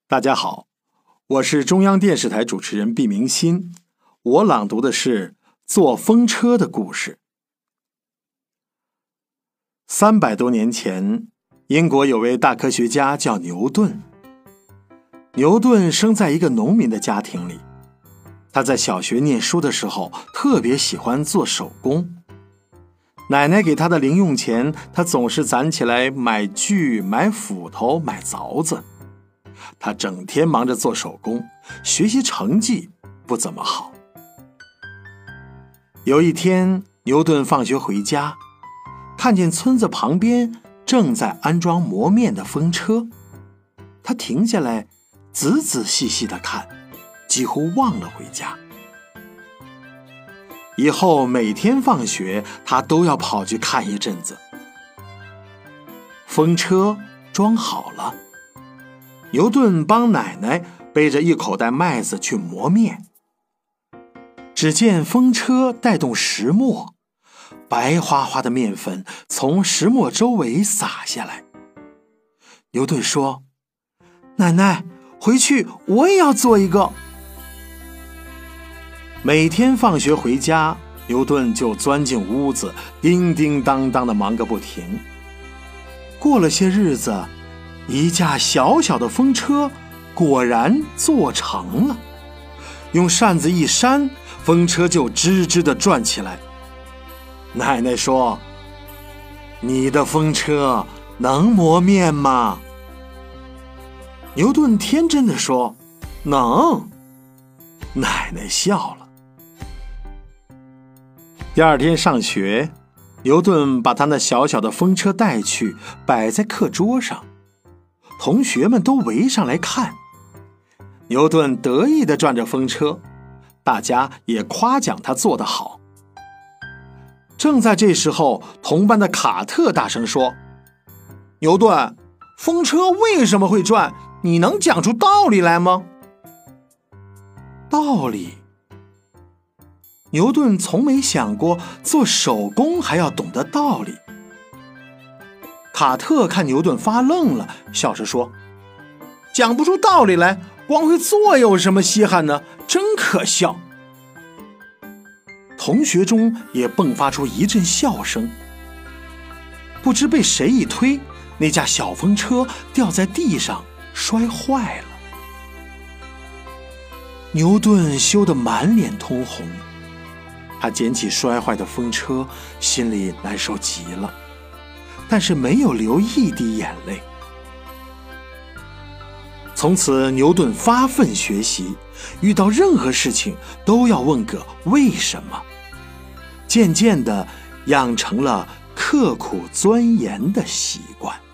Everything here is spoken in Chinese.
大家好，我是中央电视台主持人毕明新，我朗读的是坐风车的故事。300多年前，英国有位大科学家叫牛顿。牛顿生在一个农民的家庭里，他在小学念书的时候特别喜欢做手工。奶奶给他的零用钱，他总是攒起来买锯、买斧头、买凿子。他整天忙着做手工，学习成绩不怎么好。有一天，牛顿放学回家，看见村子旁边正在安装磨面的风车，他停下来仔仔细细地看，几乎忘了回家。以后每天放学，他都要跑去看一阵子。风车装好了，牛顿帮奶奶背着一口袋麦子去磨面。只见风车带动石磨，白花花的面粉从石磨周围洒下来。牛顿说：“奶奶，回去我也要做一个。”每天放学回家，牛顿就钻进屋子，叮叮当当地忙个不停。过了些日子，一架小小的风车果然做成了，用扇子一扇，风车就吱吱地转起来。奶奶说：“你的风车能磨面吗？”牛顿天真地说：“能。”奶奶笑了。第二天上学，牛顿把他那小小的风车带去，摆在课桌上。同学们都围上来看，牛顿得意地转着风车，大家也夸奖他做得好。正在这时候，同班的卡特大声说：“牛顿，风车为什么会转？你能讲出道理来吗？”道理？牛顿从没想过做手工还要懂得道理。卡特看牛顿发愣了，笑着说：“讲不出道理来，光会做有什么稀罕呢？真可笑。”同学中也迸发出一阵笑声。不知被谁一推，那架小风车掉在地上，摔坏了。牛顿羞得满脸通红，他捡起摔坏的风车，心里难受极了，但是没有流一滴眼泪。从此，牛顿发奋学习，遇到任何事情都要问个为什么，渐渐地养成了刻苦钻研的习惯。